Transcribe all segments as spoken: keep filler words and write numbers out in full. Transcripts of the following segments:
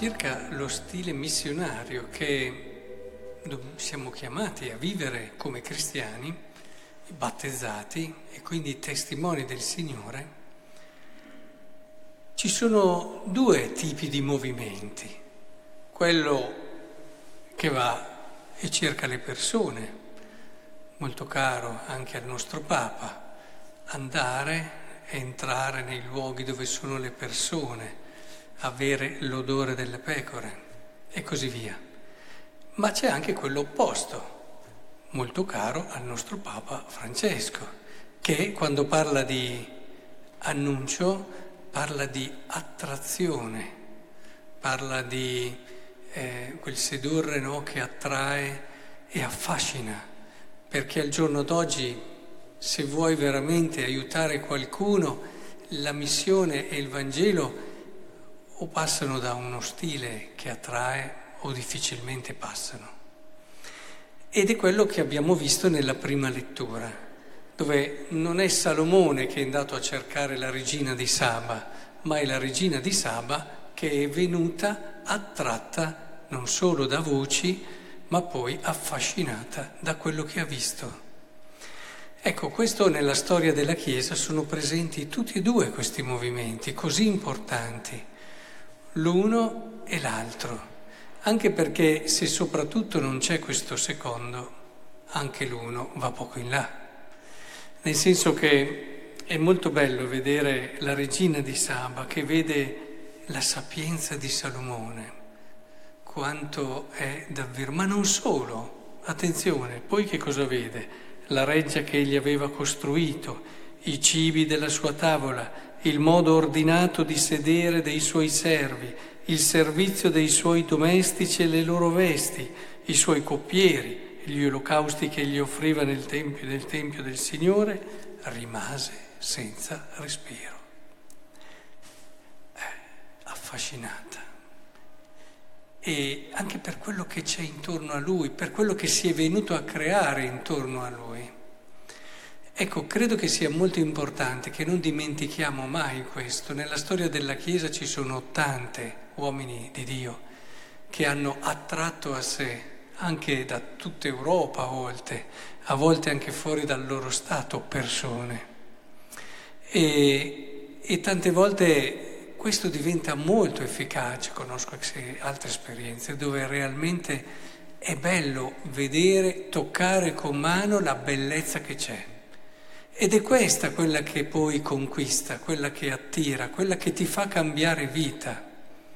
circa lo stile missionario che siamo chiamati a vivere come cristiani, battezzati e quindi testimoni del Signore. Ci sono due tipi di movimenti: quello che va e cerca le persone, molto caro anche al nostro Papa, andare e entrare nei luoghi dove sono le persone, avere l'odore delle pecore e così via. Ma c'è anche quello opposto, molto caro al nostro Papa Francesco, che quando parla di annuncio parla di attrazione, parla di eh, quel sedurre, no, che attrae e affascina, perché al giorno d'oggi, se vuoi veramente aiutare qualcuno, la missione e il Vangelo o passano da uno stile che attrae o difficilmente passano. Ed è quello che abbiamo visto nella prima lettura, dove non è Salomone che è andato a cercare la regina di Saba, ma è la regina di Saba che è venuta attratta non solo da voci, ma poi affascinata da quello che ha visto. Ecco, questo nella storia della Chiesa sono presenti tutti e due questi movimenti così importanti, l'uno e l'altro, anche perché se soprattutto non c'è questo secondo, anche l'uno va poco in là. Nel senso che è molto bello vedere la regina di Saba che vede la sapienza di Salomone, quanto è davvero, ma non solo, attenzione, poi che cosa vede? La reggia che egli aveva costruito, i cibi della sua tavola, il modo ordinato di sedere dei suoi servi, il servizio dei suoi domestici e le loro vesti, i suoi coppieri, gli olocausti che egli offriva nel tempio, nel tempio del Signore, rimase senza respiro. Eh, affascinata. E anche per quello che c'è intorno a lui, per quello che si è venuto a creare intorno a lui. Ecco, credo che sia molto importante che non dimentichiamo mai questo. Nella storia della Chiesa ci sono tante uomini di Dio che hanno attratto a sé, anche da tutta Europa a volte, a volte anche fuori dal loro stato, persone. E, e tante volte questo diventa molto efficace, conosco altre esperienze, dove realmente è bello vedere, toccare con mano la bellezza che c'è. Ed è questa quella che poi conquista, quella che attira, quella che ti fa cambiare vita.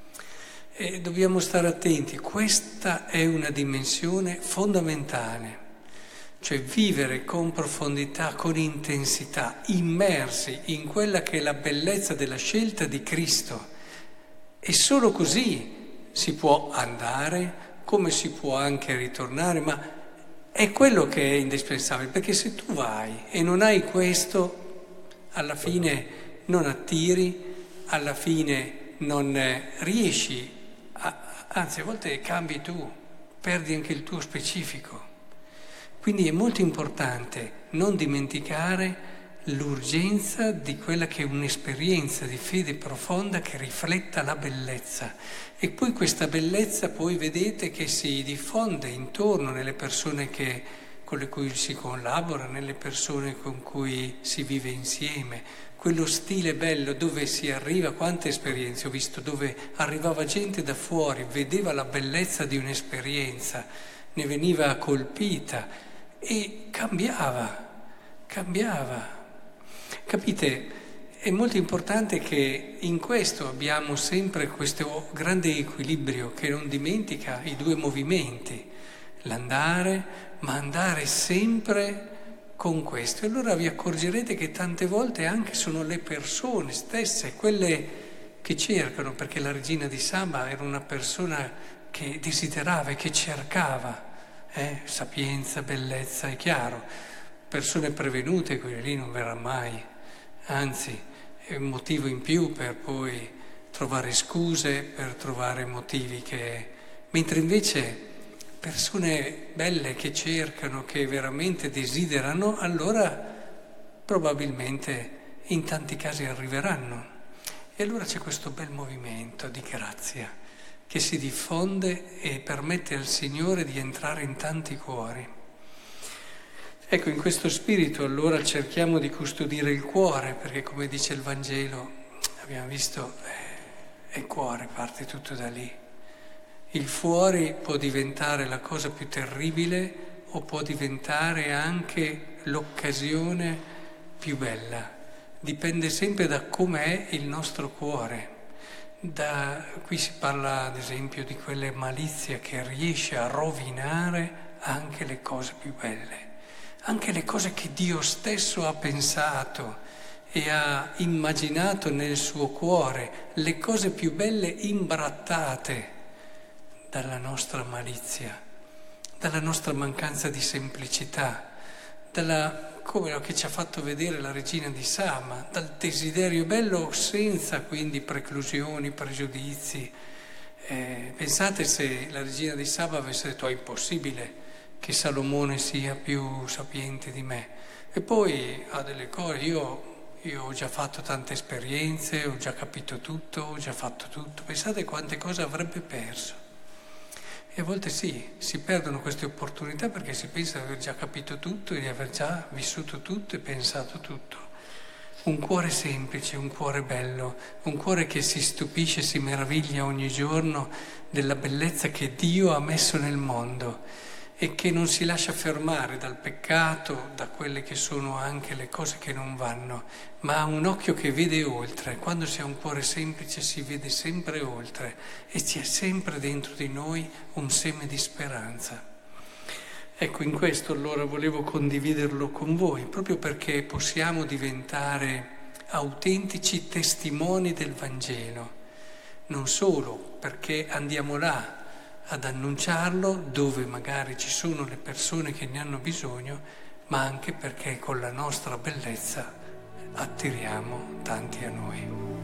E dobbiamo stare attenti, questa è una dimensione fondamentale, cioè vivere con profondità, con intensità, immersi in quella che è la bellezza della scelta di Cristo. E solo così si può andare, come si può anche ritornare, ma è quello che è indispensabile, perché se tu vai e non hai questo, alla fine non attiri, alla fine non riesci, a, anzi a volte cambi tu, perdi anche il tuo specifico. Quindi è molto importante non dimenticare l'urgenza di quella che è un'esperienza di fede profonda che rifletta la bellezza. E poi questa bellezza, poi vedete che si diffonde intorno nelle persone che, con le cui si collabora, nelle persone con cui si vive insieme. Quello stile bello dove si arriva, quante esperienze ho visto, dove arrivava gente da fuori, vedeva la bellezza di un'esperienza, ne veniva colpita e cambiava, cambiava. Capite? È molto importante che in questo abbiamo sempre questo grande equilibrio che non dimentica i due movimenti, l'andare, ma andare sempre con questo. E allora vi accorgerete che tante volte anche sono le persone stesse, quelle che cercano, perché la regina di Saba era una persona che desiderava e che cercava, eh? sapienza, bellezza, è chiaro. Persone prevenute, quelle lì non verrà mai, anzi è un motivo in più per poi trovare scuse, per trovare motivi che... Mentre invece persone belle che cercano, che veramente desiderano, allora probabilmente in tanti casi arriveranno. E allora c'è questo bel movimento di grazia che si diffonde e permette al Signore di entrare in tanti cuori. Ecco, in questo spirito allora cerchiamo di custodire il cuore, perché come dice il Vangelo, abbiamo visto, eh, è il cuore, parte tutto da lì. Il fuori può diventare la cosa più terribile o può diventare anche l'occasione più bella. Dipende sempre da com'è il nostro cuore. Da, qui si parla ad esempio di quelle malizie che riesce a rovinare anche le cose più belle. Anche le cose che Dio stesso ha pensato e ha immaginato nel suo cuore, le cose più belle imbrattate dalla nostra malizia, dalla nostra mancanza di semplicità, dalla, come lo che ci ha fatto vedere la regina di Saba, dal desiderio bello senza quindi preclusioni, pregiudizi. Eh, pensate se la regina di Saba avesse detto: è impossibile che Salomone sia più sapiente di me. E poi ha delle cose, io, io ho già fatto tante esperienze, ho già capito tutto, ho già fatto tutto. Pensate quante cose avrebbe perso. E a volte sì, si perdono queste opportunità perché si pensa di aver già capito tutto e di aver già vissuto tutto e pensato tutto. Un cuore semplice, un cuore bello, un cuore che si stupisce, si meraviglia ogni giorno della bellezza che Dio ha messo nel mondo e che non si lascia fermare dal peccato, da quelle che sono anche le cose che non vanno, ma ha un occhio che vede oltre. Quando si ha un cuore semplice si vede sempre oltre e c'è sempre dentro di noi un seme di speranza. Ecco, in questo allora volevo condividerlo con voi, proprio perché possiamo diventare autentici testimoni del Vangelo, non solo perché andiamo là ad annunciarlo dove magari ci sono le persone che ne hanno bisogno, ma anche perché con la nostra bellezza attiriamo tanti a noi.